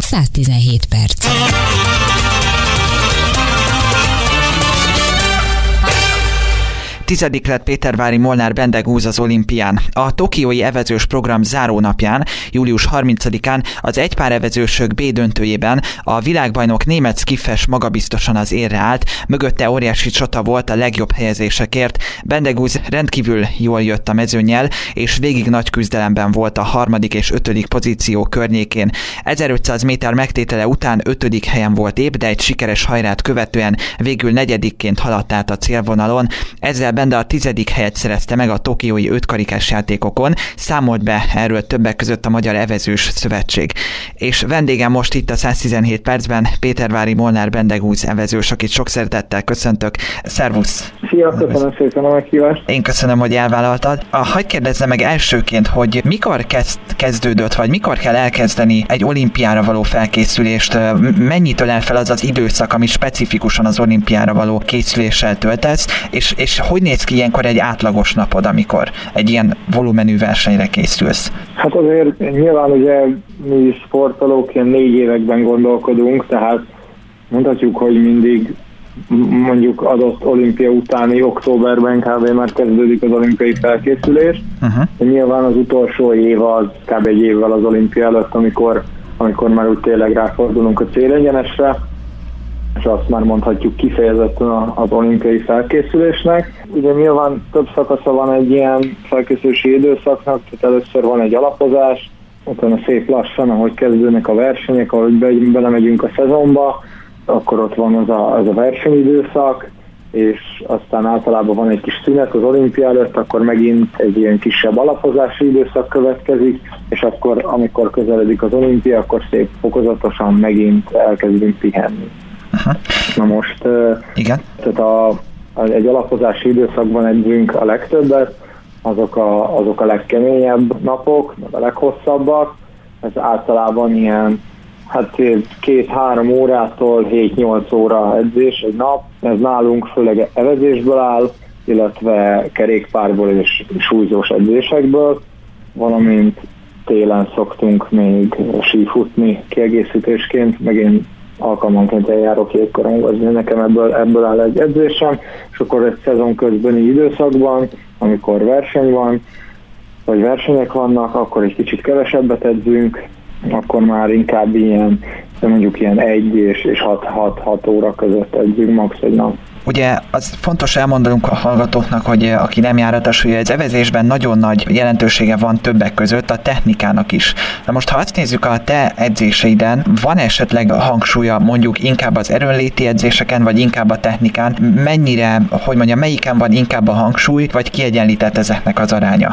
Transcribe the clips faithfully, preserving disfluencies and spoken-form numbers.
száztizenhét perc. Tizedik lett Pétervári Molnár Bendegúz az olimpián. A tokiói evezős program zárónapján, július harmincadikán az egypár evezősök B döntőjében a világbajnok német skifes magabiztosan az érre állt, mögötte óriási csata volt a legjobb helyezésekért. Bendegúz rendkívül jól jött a mezőnnyel, és végig nagy küzdelemben volt a harmadik és ötödik pozíció környékén. ezerötszáz méter megtétele után ötödik helyen volt épp, de egy sikeres hajrát követően végül negyedikként haladt át a célvonalon. Ezzel Bende a tizedik helyet szerezte meg a tokiói ötkarikás játékokon, számolt be erről többek között a Magyar Evezős Szövetség. És vendégem most itt a száztizenhét percben Pétervári Molnár Bendegúz evezős, akit sok szeretettel köszöntök. Szervusz! Szia, köszönöm szépen a meghívást! Én köszönöm, hogy elvállaltad. Hadd kérdezzem meg elsőként, hogy mikor kezd, kezdődött, vagy mikor kell elkezdeni egy olimpiára való felkészülést? Mennyitől el fel az az időszak, ami specifikusan az olimpiára való készüléssel töltesz, és, és hogy néz ki ilyenkor egy átlagos napod, amikor egy ilyen volumenű versenyre készülsz? Hát azért nyilván ugye mi sportolók ilyen négy években gondolkodunk, tehát mondhatjuk, hogy mindig mondjuk adott olimpia utáni októberben kb. Már kezdődik az olimpiai felkészülés. Uh-huh. Nyilván az utolsó év az kb. Egy évvel az olimpia előtt, amikor, amikor már úgy tényleg ráfordulunk a célegyenesre, és azt már mondhatjuk kifejezetten az olimpiai felkészülésnek. Ugye nyilván több szakasza van egy ilyen felkészülési időszaknak, tehát először van egy alapozás, utána szép lassan, ahogy kezdődnek a versenyek, ahogy be, belemegyünk a szezonba, akkor ott van az a, az a versenyidőszak, és aztán általában van egy kis szünet az olimpia előtt, akkor megint egy ilyen kisebb alapozási időszak következik, és akkor, amikor közeledik az olimpia, akkor szép fokozatosan megint elkezdünk pihenni. Aha. Na most, igen. Tehát a, a, egy alapozási időszakban edzünk a legtöbbet, azok a, azok a legkeményebb napok, a leghosszabbak, ez általában ilyen hát két-három órától hét-nyolc óra edzés egy nap, ez nálunk főleg evezésből áll, illetve kerékpárból és súlyzós edzésekből, valamint télen szoktunk még sífutni kiegészítésként, meg én alkalmanként eljárok jégkorongozni, nekem ebből, ebből áll egy edzésem, és akkor egy szezon közbeni időszakban, amikor verseny van, vagy versenyek vannak, akkor egy kicsit kevesebbet edzünk, akkor már inkább ilyen, mondjuk ilyen egy és, és hat óra között edzünk max. egy nap. Ugye az fontos elmondanunk a hallgatóknak, hogy aki nem járatos, hogy az evezésben nagyon nagy jelentősége van többek között a technikának is. Na most, ha azt nézzük a te edzéseiden, van esetleg hangsúlya mondjuk inkább az erőnléti edzéseken, vagy inkább a technikán? Mennyire, hogy mondjam, melyiken van inkább a hangsúly, vagy kiegyenlített ezeknek az aránya?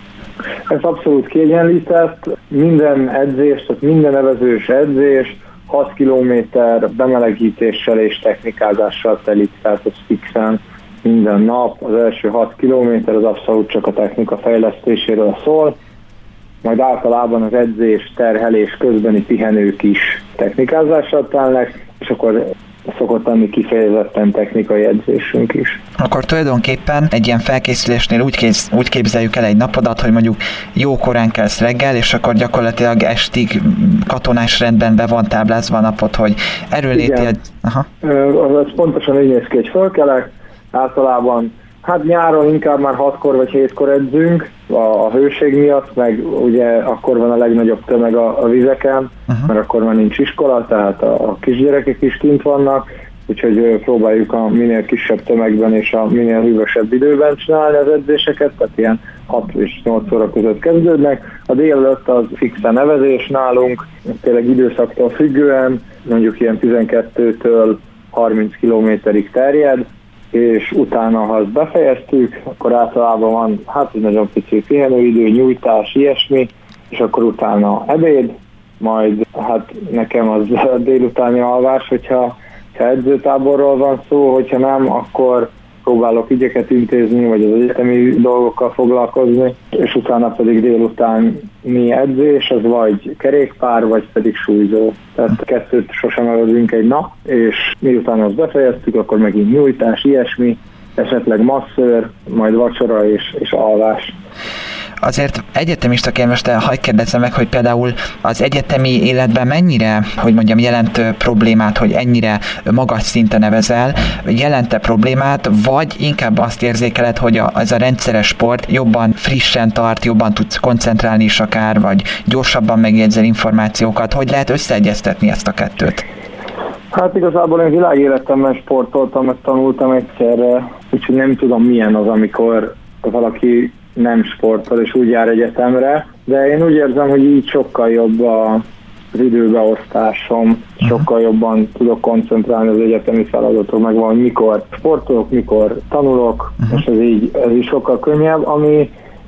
Ez abszolút kiegyenlített. Minden edzés, tehát minden evezős edzés hat kilométer bemelegítéssel és technikázással telik, tehát ez fixen minden nap. Az első hat kilométer az abszolút csak a technika fejlesztéséről szól, majd általában az edzés, terhelés közbeni pihenők is technikázással telnek, és akkor szokott lenni kifejezetten technikai edzésünk is. Akkor tulajdonképpen egy ilyen felkészülésnél úgy, kész, úgy képzeljük el egy napodat, hogy mondjuk jó korán kelsz reggel, és akkor gyakorlatilag estig katonás rendben be van táblázva a napot, hogy erőléti... Aha. Ez pontosan így néz ki, hogy fölkelek, általában hát nyáron inkább már hatkor vagy hétkor edzünk, a, a hőség miatt, meg ugye akkor van a legnagyobb tömeg a, a vizeken, uh-huh. mert akkor már nincs iskola, tehát a, a kisgyerekek is kint vannak, úgyhogy próbáljuk a minél kisebb tömegben és a minél hűvösebb időben csinálni az edzéseket, tehát ilyen hat és nyolc óra között kezdődnek. A délelőtt az fixen nevezés nálunk, tényleg időszaktól függően, mondjuk ilyen tizenkettőtől harminc kilométerig terjed, és utána, ha ezt befejeztük, akkor általában van hát egy nagyon pici pihenőidő, nyújtás, ilyesmi, és akkor utána ebéd, majd hát nekem az délutáni alvás, hogyha ha edzőtáborról van szó, hogyha nem, akkor próbálok ügyeket intézni, vagy az egyetemi dolgokkal foglalkozni, és utána pedig délutáni edzés, az vagy kerékpár, vagy pedig súlyzó. Tehát kettőt sosem evezünk egy nap, és miután azt befejeztük, akkor megint nyújtás, ilyesmi, esetleg masször, majd vacsora és, és alvás. Azért egyetemistaként most hadd kérdezzem meg, hogy például az egyetemi életben mennyire, hogy mondjam, jelent problémát, hogy ennyire magas szinten nevezel, jelent-e problémát, vagy inkább azt érzékeled, hogy a, ez a rendszeres sport jobban frissen tart, jobban tudsz koncentrálni is akár, vagy gyorsabban megjegyzel információkat, hogy lehet összeegyeztetni ezt a kettőt? Hát igazából én világéletemben sportoltam, meg tanultam egyszerre, úgyhogy nem tudom milyen az, amikor valaki nem sportol és úgy jár egyetemre, de én úgy érzem, hogy így sokkal jobb az időbeosztásom, sokkal jobban tudok koncentrálni az egyetemi feladatok, meg van, hogy mikor sportolok, mikor tanulok, uh-huh. és ez így, ez így sokkal könnyebb, ami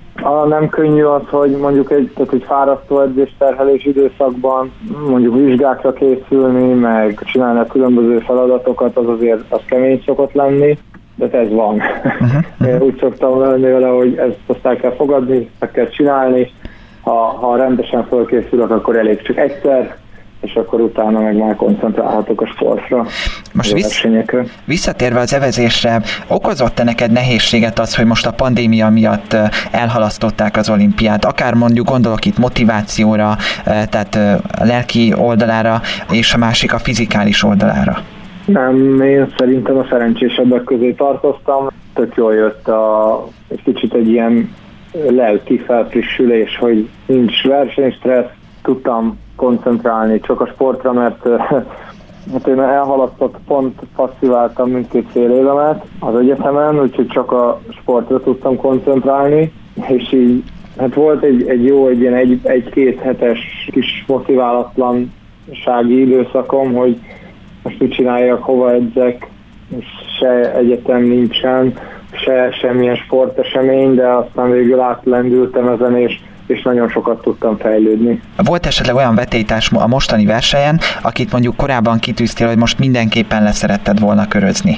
a nem könnyű az, hogy mondjuk egy, tehát egy fárasztó edzésterhelés időszakban mondjuk vizsgákra készülni, meg csinálni a különböző feladatokat, az azért az kemény szokott lenni, de ez van. Uh-huh. Én úgy szoktam lenni vele, hogy ezt azt el kell fogadni, meg kell csinálni, ha, ha rendesen felkészülök, akkor elég csak egyszer, és akkor utána meg már koncentrálhatok a sportra. Most vissz, visszatérve az evezésre, okozott-e neked nehézséget az, hogy most a pandémia miatt elhalasztották az olimpiát? Akár mondjuk gondolok itt motivációra, tehát a lelki oldalára, és a másik a fizikális oldalára. Nem, én szerintem a szerencsésebbek közé tartoztam. Tök jól jött a, egy kicsit egy ilyen lelki felfrissülés, hogy nincs versenystressz, tudtam koncentrálni csak a sportra, mert hát én elhalasztott, pont passziváltam mindkét fél évemet az egyetemen, úgyhogy csak a sportra tudtam koncentrálni, és így hát volt egy, egy jó, egy ilyen egy, egy-két hetes kis motiválatlansági időszakom, hogy most mit csináljak, hova edzek, és se egyetem nincsen, se semmilyen sportesemény, de aztán végül átlendültem ezen, és és nagyon sokat tudtam fejlődni. Volt esetleg olyan vetélytárs a mostani versenyen, akit mondjuk korábban kitűztél, hogy most mindenképpen leszeretted volna körözni?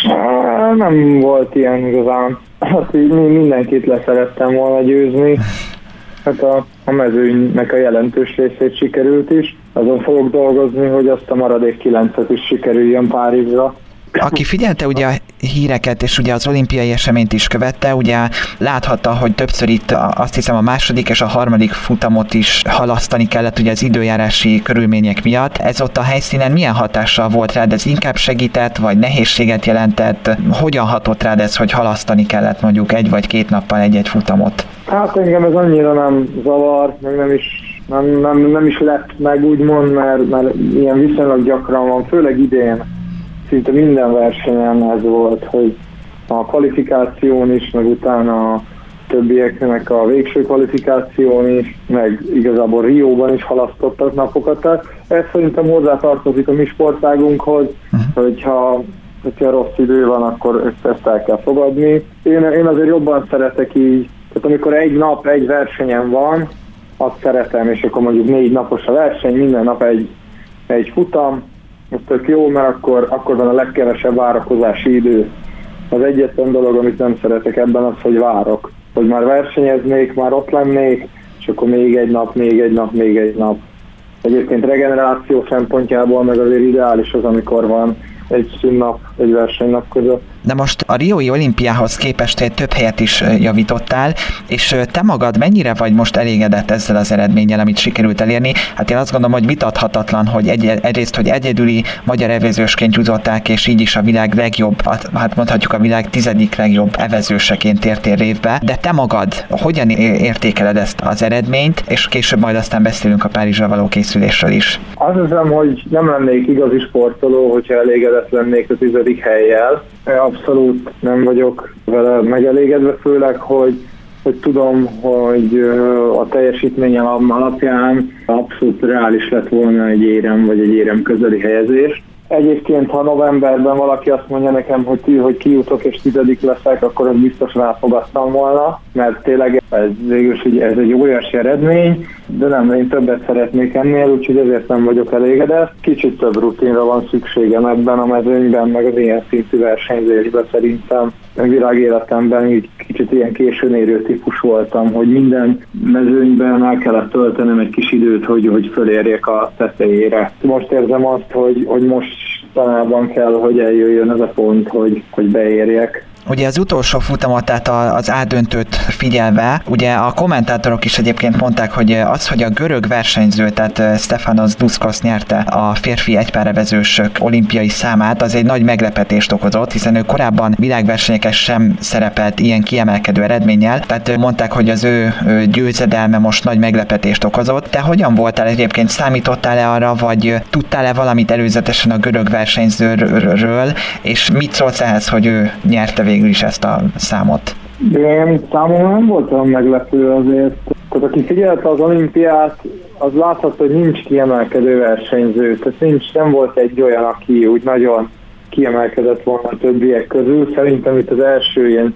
Nem volt ilyen igazán. Hát mindenkit leszerettem volna győzni. Hát a, a mezőnynek a jelentős részét sikerült is. Azon fogok dolgozni, hogy azt a maradék kilencet is sikerüljön Párizsra. Aki figyelte ugye a híreket, és ugye az olimpiai eseményt is követte, ugye láthatta, hogy többször itt azt hiszem a második és a harmadik futamot is halasztani kellett ugye az időjárási körülmények miatt. Ez ott a helyszínen milyen hatással volt rád? Ez inkább segített, vagy nehézséget jelentett? Hogyan hatott rád ez, hogy halasztani kellett mondjuk egy vagy két nappal egy-egy futamot? Hát engem ez annyira nem zavar, meg nem is nem, nem, nem is lett meg úgymond, mert, mert ilyen viszonylag gyakran van, főleg idén. Szinte minden versenyen ez volt, hogy a kvalifikáción is, meg utána a többieknek a végső kvalifikáción is, meg igazából Rióban is halasztottak napokat. Tehát ez szerintem hozzátartozik a mi sportágunkhoz, hogyha, hogyha rossz idő van, akkor ezt el kell fogadni. Én, én azért jobban szeretek így, tehát amikor egy nap egy versenyen van, azt szeretem, és akkor mondjuk négy napos a verseny, minden nap egy, egy futam, ez tök jó, mert akkor, akkor van a legkevesebb várakozási idő. Az egyetlen dolog, amit nem szeretek ebben az, hogy várok. Hogy már versenyeznék, már ott lennék, és akkor még egy nap, még egy nap, még egy nap. Egyébként regeneráció szempontjából meg azért ideális az, amikor van egy szünnap, egy versenynap között. De most a riói olimpiához képest több helyet is javítottál, és te magad mennyire vagy most elégedett ezzel az eredménnyel, amit sikerült elérni? Hát én azt gondolom, hogy vitathatatlan, hogy egy, egyrészt, hogy egyedüli magyar evezősként jutották, és így is a világ legjobb, hát mondhatjuk a világ tizedik legjobb evezőseként értél révbe, de te magad hogyan értékeled ezt az eredményt, és később majd aztán beszélünk a Párizsra való készülésről is? Azt hiszem, hogy nem lennék igazi sportoló, hogyha elégedett lennék a tizedik hellyel. Abszolút nem vagyok vele megelégedve, főleg, hogy, hogy tudom, hogy a teljesítményem alapján abszolút reális lett volna egy érem vagy egy érem közeli helyezés. Egyébként, ha novemberben valaki azt mondja nekem, hogy, hogy kijutok és tizedik leszek, akkor azt biztos elfogadtam volna, mert tényleg ez végülis ez egy óriási eredmény, de nem, én többet szeretnék ennél, úgyhogy ezért nem vagyok elégedett. Kicsit több rutinra van szükségem ebben a mezőnyben, meg az ilyen szintű versenyzésben szerintem. A világéletemben így kicsit ilyen későn érő típus voltam, hogy minden mezőnyben el kellett töltenem egy kis időt, hogy, hogy fölérjek a tetejére. Most érzem azt, hogy, hogy most tanában kell, hogy eljöjjön ez a pont, hogy, hogy beérjek. Ugye az utolsó futamot, tehát az A-döntőt figyelve, ugye a kommentátorok is egyébként mondták, hogy az, hogy a görög versenyző, tehát Stefanos Duszkos nyerte a férfi egypárevezősök olimpiai számát, az egy nagy meglepetést okozott, hiszen ő korábban világversenyeken sem szerepelt ilyen kiemelkedő eredménnyel, tehát mondták, hogy az ő győzedelme most nagy meglepetést okozott. Te hogyan voltál egyébként? Számítottál-e arra, vagy tudtál-e valamit előzetesen a görög versenyzőről, és mit szólsz ehhez, hogy ő nyerte végül is ezt a számot? Én számomra nem volt olyan meglepő azért. Tehát aki figyelte az olimpiát, az láthatta, hogy nincs kiemelkedő versenyző. Tehát nincs, nem volt egy olyan, aki úgy nagyon kiemelkedett volna a többiek közül. Szerintem itt az első ilyen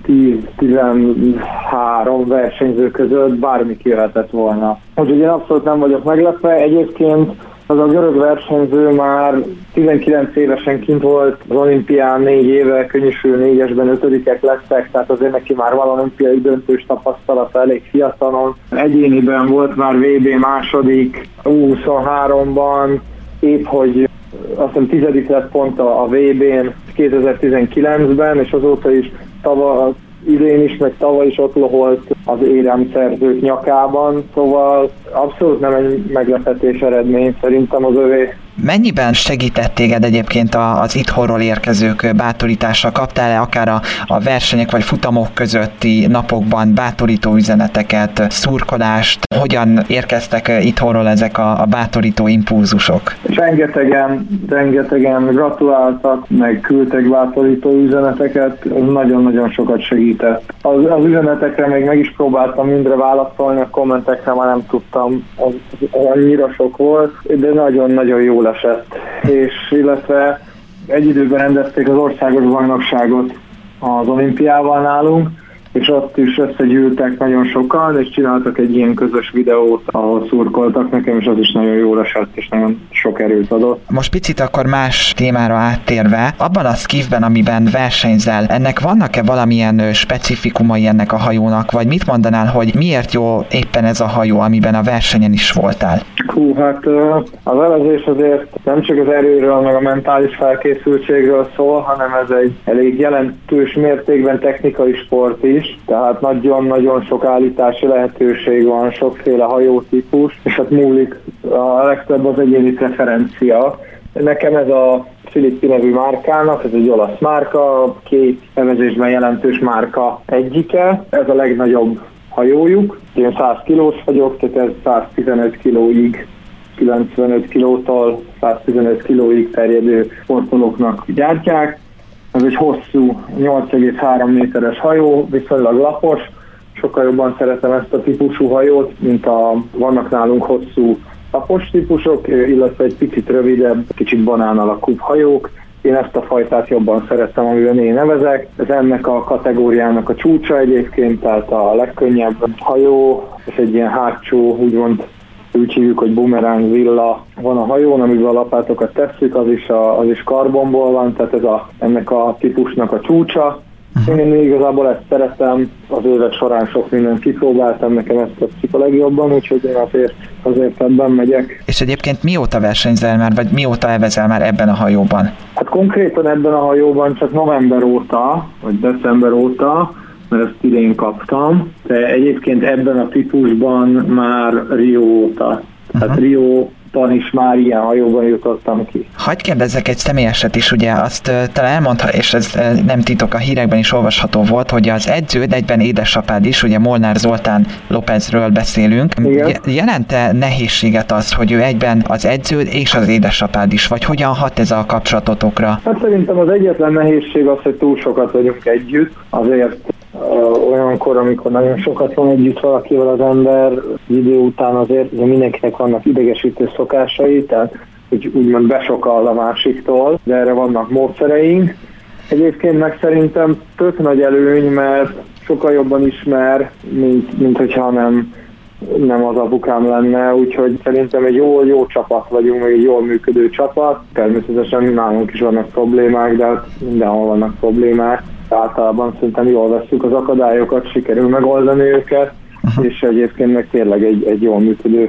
tíz-tizenhárom versenyző között bármi kijöhetett volna. Úgyhogy én abszolút nem vagyok meglepve. Egyébként az a görög versenyző már tizenkilenc évesen kint volt az olimpián, négy éve, könnyűsül négyesben ötödikek lettek, tehát azért neki már van olimpiai döntős tapasztalata elég fiatalon. Egyéniben volt már vé bé második, U huszonháromban, épp hogy azt hiszem tizedik lett pont a vé bén kétezer-tizenkilencben, és azóta is tavaly, idén is, meg tavaly is ott loholt az éremszerzők nyakában, szóval abszolút nem egy meglepetés eredmény szerintem az övé. Mennyiben segített téged egyébként az itthonról érkezők bátorítása? Kaptál-e akár a, a versenyek vagy futamok közötti napokban bátorító üzeneteket, szurkolást? Hogyan érkeztek itthonról ezek a, a bátorító impulzusok? Rengetegen, rengetegen gratuláltak, meg küldtek bátorító üzeneteket, nagyon-nagyon sokat segített. Az, az üzenetekre még meg is próbáltam mindre válaszolni, a kommentekre már nem tudtam, az, az annyira sok volt, de nagyon-nagyon jól esett. És illetve egy időben rendezték az országos bajnokságot az olimpiával nálunk, és ott is összegyűltek nagyon sokan, és csináltak egy ilyen közös videót, ahol szurkoltak nekem, és az is nagyon jól esett, és nagyon sok erőt adott. Most picit akkor más témára áttérve, abban a skifben, amiben versenyzel, ennek vannak-e valamilyen specifikumai ennek a hajónak, vagy mit mondanál, hogy miért jó éppen ez a hajó, amiben a versenyen is voltál? Hú, hát az evezés azért nem csak az erőről, meg a mentális felkészültségről szól, hanem ez egy elég jelentős mértékben technikai sport is, tehát nagyon-nagyon sok állítási lehetőség van, sokféle hajótípus, és hát múlik a legtöbb az egyéni preferencia. Nekem ez a Filippi nevű márkának, ez egy olasz márka, két evezésben jelentős márka egyike, ez a legnagyobb hajójuk. Én száz kilós vagyok, tehát ez száztizenöt kilóig, kilencvenöt kilótól száztizenöt kilóig terjedő sportolóknak gyártják. Ez egy hosszú, nyolc egész három méteres hajó, viszonylag lapos. Sokkal jobban szeretem ezt a típusú hajót, mint a vannak nálunk hosszú lapos típusok, illetve egy picit rövidebb, kicsit banán alakú hajók. Én ezt a fajtát jobban szeretem, amiben én nevezek. Ez ennek a kategóriának a csúcsa egyébként, tehát a legkönnyebb hajó, és egy ilyen hátsó, úgymond úgy hívjuk, hogy bumerang villa van a hajón, amiben a lapátokat tesszük, az is, a, az is karbonból van, tehát ez a, ennek a típusnak a csúcsa. Én igazából ezt szeretem, az évek során sok mindent kipróbáltam, nekem ezt tetszik a legjobban, úgyhogy én azért, azért ebben megyek. És egyébként mióta versenyzel már, vagy mióta evezel már ebben a hajóban? Hát konkrétan ebben a hajóban csak november óta, vagy december óta, mert ezt idén kaptam, de egyébként ebben a típusban már Rio óta. Tehát uh-huh. Rióban is már ilyen hajóban jutottam ki. Hadd kérdezzek egy személyeset is, ugye azt uh, talán elmondta, és ez uh, nem titok, a hírekben is olvasható volt, hogy az edződ egyben édesapád is, ugye Molnár Zoltán Lópezről beszélünk. Je- jelente nehézséget az, hogy ő egyben az edződ és az édesapád is, vagy hogyan hat ez a kapcsolatotokra? Hát szerintem az egyetlen nehézség az, hogy túl sokat vagyunk együtt, azért Uh, olyankor, amikor nagyon sokat van együtt valakivel az ember, idő után azért ugye mindenkinek vannak idegesítő szokásai, tehát úgy, úgymond besokal a másiktól, de erre vannak módszereink. Egyébként meg szerintem tök nagy előny, mert sokkal jobban ismer, mint, mint hogyha nem, nem az apukám lenne, úgyhogy szerintem egy jó, jó csapat vagyunk, meg egy jól működő csapat. Természetesen nálunk is vannak problémák, de mindenhol vannak problémák. Általában szerintem jól vesszük az akadályokat, sikerül megoldani őket, uh-huh. és egyébként meg tényleg egy, egy jól működő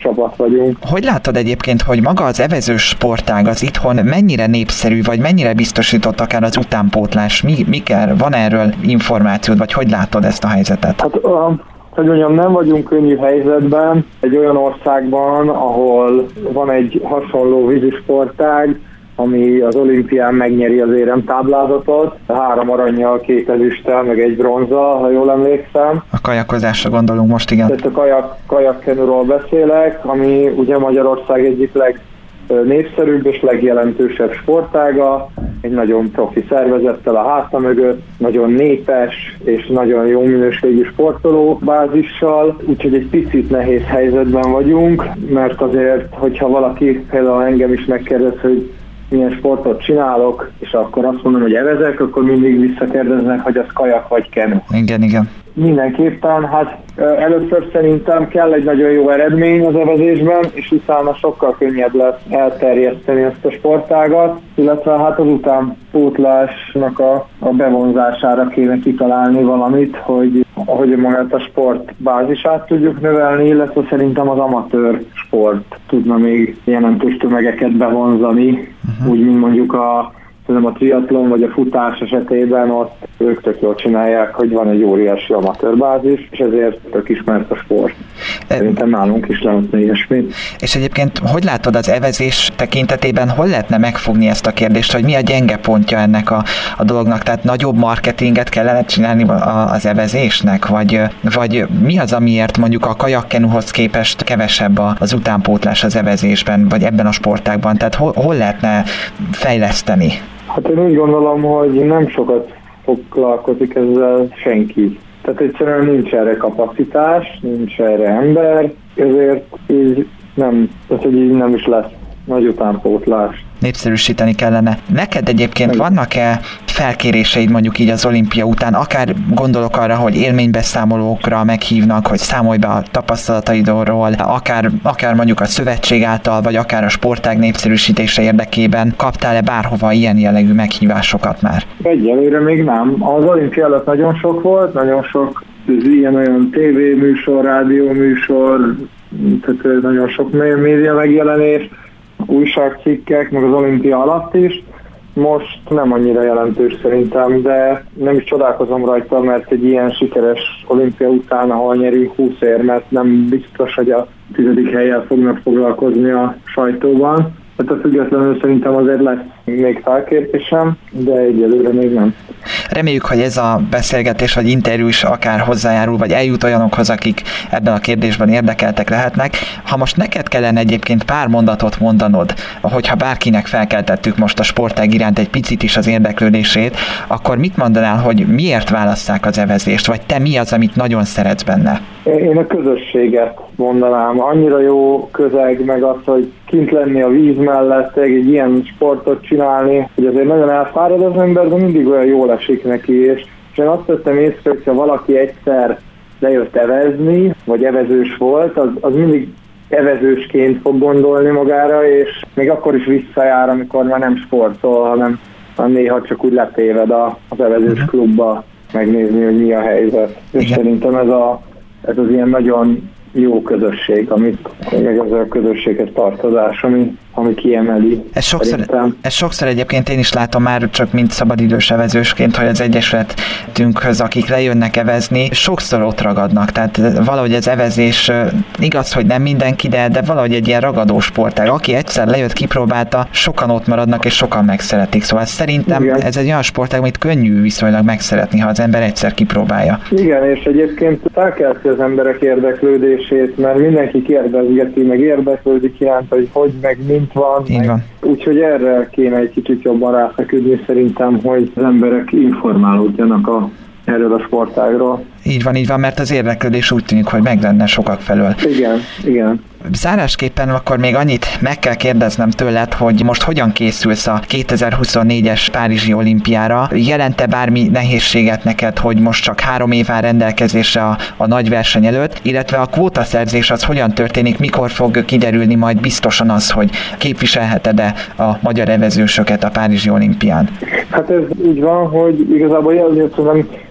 csapat vagyunk. Hogy látod egyébként, hogy maga az evezős sportág az itthon mennyire népszerű, vagy mennyire biztosított akár az utánpótlás? Mi, mi kell? Van erről információd, vagy hogy látod ezt a helyzetet? Hát, uh, hogy mondjam, nem vagyunk könnyű helyzetben. Egy olyan országban, ahol van egy hasonló vízisportág, ami az olimpián megnyeri az éremtáblázatot, három arannyal, két ezüsttel, meg egy bronzzal, ha jól emlékszem. A kajakozásra gondolunk most, igen. Tehát a kajak, kajakkenuról beszélek, ami ugye Magyarország egyik legnépszerűbb és legjelentősebb sportága, egy nagyon profi szervezettel a háta mögött, nagyon népes és nagyon jó minőségű sportoló bázissal, úgyhogy egy picit nehéz helyzetben vagyunk, mert azért, hogyha valaki például engem is megkérdez, hogy milyen sportot csinálok, és akkor azt mondom, hogy evezek, akkor mindig visszakérdeznek, hogy az kajak vagy kenu. Igen, igen. Mindenképpen, hát először szerintem kell egy nagyon jó eredmény az evezésben, és utána sokkal könnyebb lesz elterjeszteni ezt a sportágat, illetve hát az utánpótlásnak a, a bevonzására kéne kitalálni valamit, hogy, hogy magát a sport bázisát tudjuk növelni, illetve szerintem az amatőr sport tudna még jelentős tömegeket bevonzani, uh-huh. úgy, mint mondjuk a a triatlon vagy a futás esetében ott ők tök jól csinálják, hogy van egy óriási amatőrbázis, és ezért tök ismert a sport. Szerintem nálunk is lehetne ilyesmi. És egyébként hogy látod az evezés tekintetében, hol lehetne megfogni ezt a kérdést, hogy mi a gyenge pontja ennek a, a dolognak? Tehát nagyobb marketinget kellene csinálni az evezésnek? Vagy, vagy mi az, amiért mondjuk a kajakkenuhoz képest kevesebb az utánpótlás az evezésben, vagy ebben a sportágban? Tehát hol, hol lehetne fejleszteni? Hát én úgy gondolom, hogy nem sokat foglalkozik ezzel senki. Tehát egyszerűen nincs erre kapacitás, nincs erre ember, ezért így nem, tehát hogy így nem is lesz nagy utánpótlás. Népszerűsíteni kellene. Neked egyébként vannak-e felkéréseid mondjuk így az olimpia után, akár gondolok arra, hogy élménybeszámolókra meghívnak, hogy számolj be a tapasztalataidról, akár, akár mondjuk a szövetség által, vagy akár a sportág népszerűsítése érdekében kaptál-e bárhova ilyen jellegű meghívásokat már? Egyelőre még nem. Az olimpia előtt nagyon sok volt, nagyon sok ilyen olyan tévéműsor, rádióműsor, tehát nagyon sok média megjelenés, újságcikkek, meg az olimpia alatt is. Most nem annyira jelentős szerintem, de nem is csodálkozom rajta, mert egy ilyen sikeres olimpia után, ahol nyerünk húsz érmet, nem biztos, hogy a tizedik helyen fognak foglalkozni a sajtóban. Hát a függetlenül szerintem azért lesz még felkérésem, de egyelőre még nem. Reméljük, hogy ez a beszélgetés vagy interjú is akár hozzájárul, vagy eljut olyanokhoz, akik ebben a kérdésben érdekeltek lehetnek. Ha most neked kellene egyébként pár mondatot mondanod, hogyha bárkinek felkeltettük most a sportág iránt egy picit is az érdeklődését, akkor mit mondanál, hogy miért válasszák az evezést, vagy te mi az, amit nagyon szeretsz benne? Én a közösséget mondanám. Annyira jó közeg, meg az, hogy kint lenni a víz mellett, egy ilyen sportot csinálni, hogy azért nagyon elfárad az ember, de mindig olyan jól esik neki, és én azt tettem észre, hogyha valaki egyszer lejött evezni, vagy evezős volt, az, az mindig evezősként fog gondolni magára, és még akkor is visszajár, amikor már nem sportol, hanem néha csak úgy letéved az evezős klubba megnézni, hogy mi a helyzet. És igen. Szerintem ez, a, ez az ilyen nagyon jó közösség, amit meg ez a közösséghez tartozás, ami, ami kiemeli. Ez sokszor, ez sokszor egyébként én is látom már csak mint szabadidős evezősként, hogy az egyesületünkhöz, akik lejönnek evezni, sokszor ott ragadnak. Tehát valahogy az evezés igaz, hogy nem mindenki, de, de valahogy egy ilyen ragadó sportág. Aki egyszer lejött, kipróbálta, sokan ott maradnak, és sokan megszeretik. Szóval szerintem igen. Ez egy olyan sportág, amit könnyű viszonylag megszeretni, ha az ember egyszer kipróbálja. Igen, és egyébként felkelti az emberek érdeklődését, mert mindenki kérdezgeti, meg érdeklődik iránt, hogy hogy, meg mint van. Meg. van. Úgyhogy erre kéne egy kicsit jobban ráfeküdni szerintem, hogy az emberek informálódjanak a, erről a sportágról. Így van, így van, mert az érdeklődés úgy tűnik, hogy meg lenne sokak felől. Igen, igen. Zárásképpen akkor még annyit meg kell kérdeznem tőled, hogy most hogyan készülsz a kétezer-huszonnégyes Párizsi olimpiára? Jelent-e bármi nehézséget neked, hogy most csak három év áll rendelkezésre a, a nagy verseny előtt, illetve a kvótaszerzés az hogyan történik, mikor fog kiderülni majd biztosan az, hogy képviselheted-e a magyar evezősöket a Párizsi olimpián? Hát ez úgy van, hogy igazából jelentően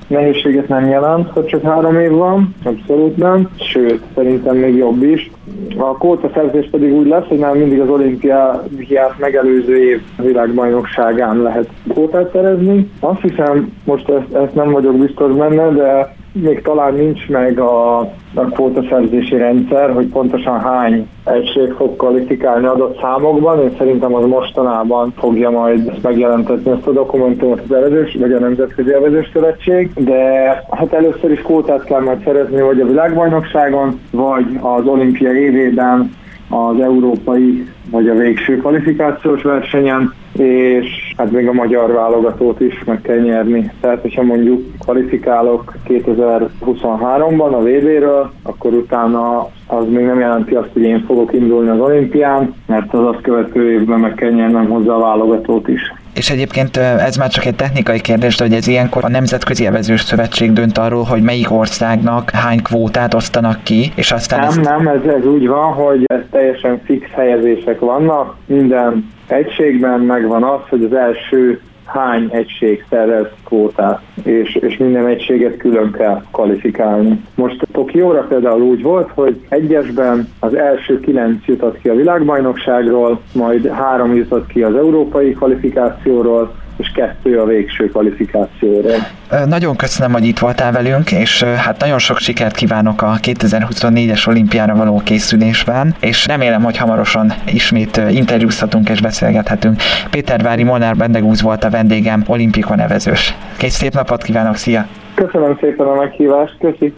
nehézséget nem jelent, hogy csak három év van, abszolút nem, sőt, szerintem még jobb is. A kvótaszerzés pedig úgy lesz, hogy már mindig az olimpiát megelőző év világbajnokságán lehet kvótát szerezni. Azt hiszem, most ezt, ezt nem vagyok biztos benne, de még talán nincs meg a, a kvótaszerzési rendszer, hogy pontosan hány egység fog kvalifikálni adott számokban. Én szerintem az mostanában fogja majd ezt megjelentetni, ezt a dokumentumot az evezős, vagy a Nemzetközi Evezős Szövetség, de hát először is kvótát kell majd szerezni, vagy a világbajnokságon, vagy az olimpia évében az európai, vagy a végső kvalifikációs versenyen, és hát még a magyar válogatót is meg kell nyerni. Tehát, hogyha mondjuk kvalifikálok kétezer-huszonháromban a vé bé-ről, akkor utána az még nem jelenti azt, hogy én fogok indulni az olimpián, mert az azt következő évben meg kell nyernem hozzá a válogatót is. És egyébként ez már csak egy technikai kérdés, de hogy ez ilyenkor a Nemzetközi Evezős Szövetség dönt arról, hogy melyik országnak hány kvótát osztanak ki, és aztán... Nem, ezt... nem, ez, ez úgy van, hogy ez teljesen fix helyezések vannak. Minden egységben megvan az, hogy az első hány egység szerez kvótát, és, és minden egységet külön kell kvalifikálni. Most Tokióra például úgy volt, hogy egyesben az első kilenc jutott ki a világbajnokságról, majd három jutott ki az európai kvalifikációról, és kettő a végső kvalifikációra. Nagyon köszönöm, hogy itt voltál velünk, és hát nagyon sok sikert kívánok a kétezer-huszonnégyes olimpiára való készülésben, és remélem, hogy hamarosan ismét interjúzhatunk és beszélgethetünk. Pétervári Molnár Bendegúz volt a vendégem, olimpikon evezős. Egy szép napot kívánok, szia! Köszönöm szépen a meghívást, köszi!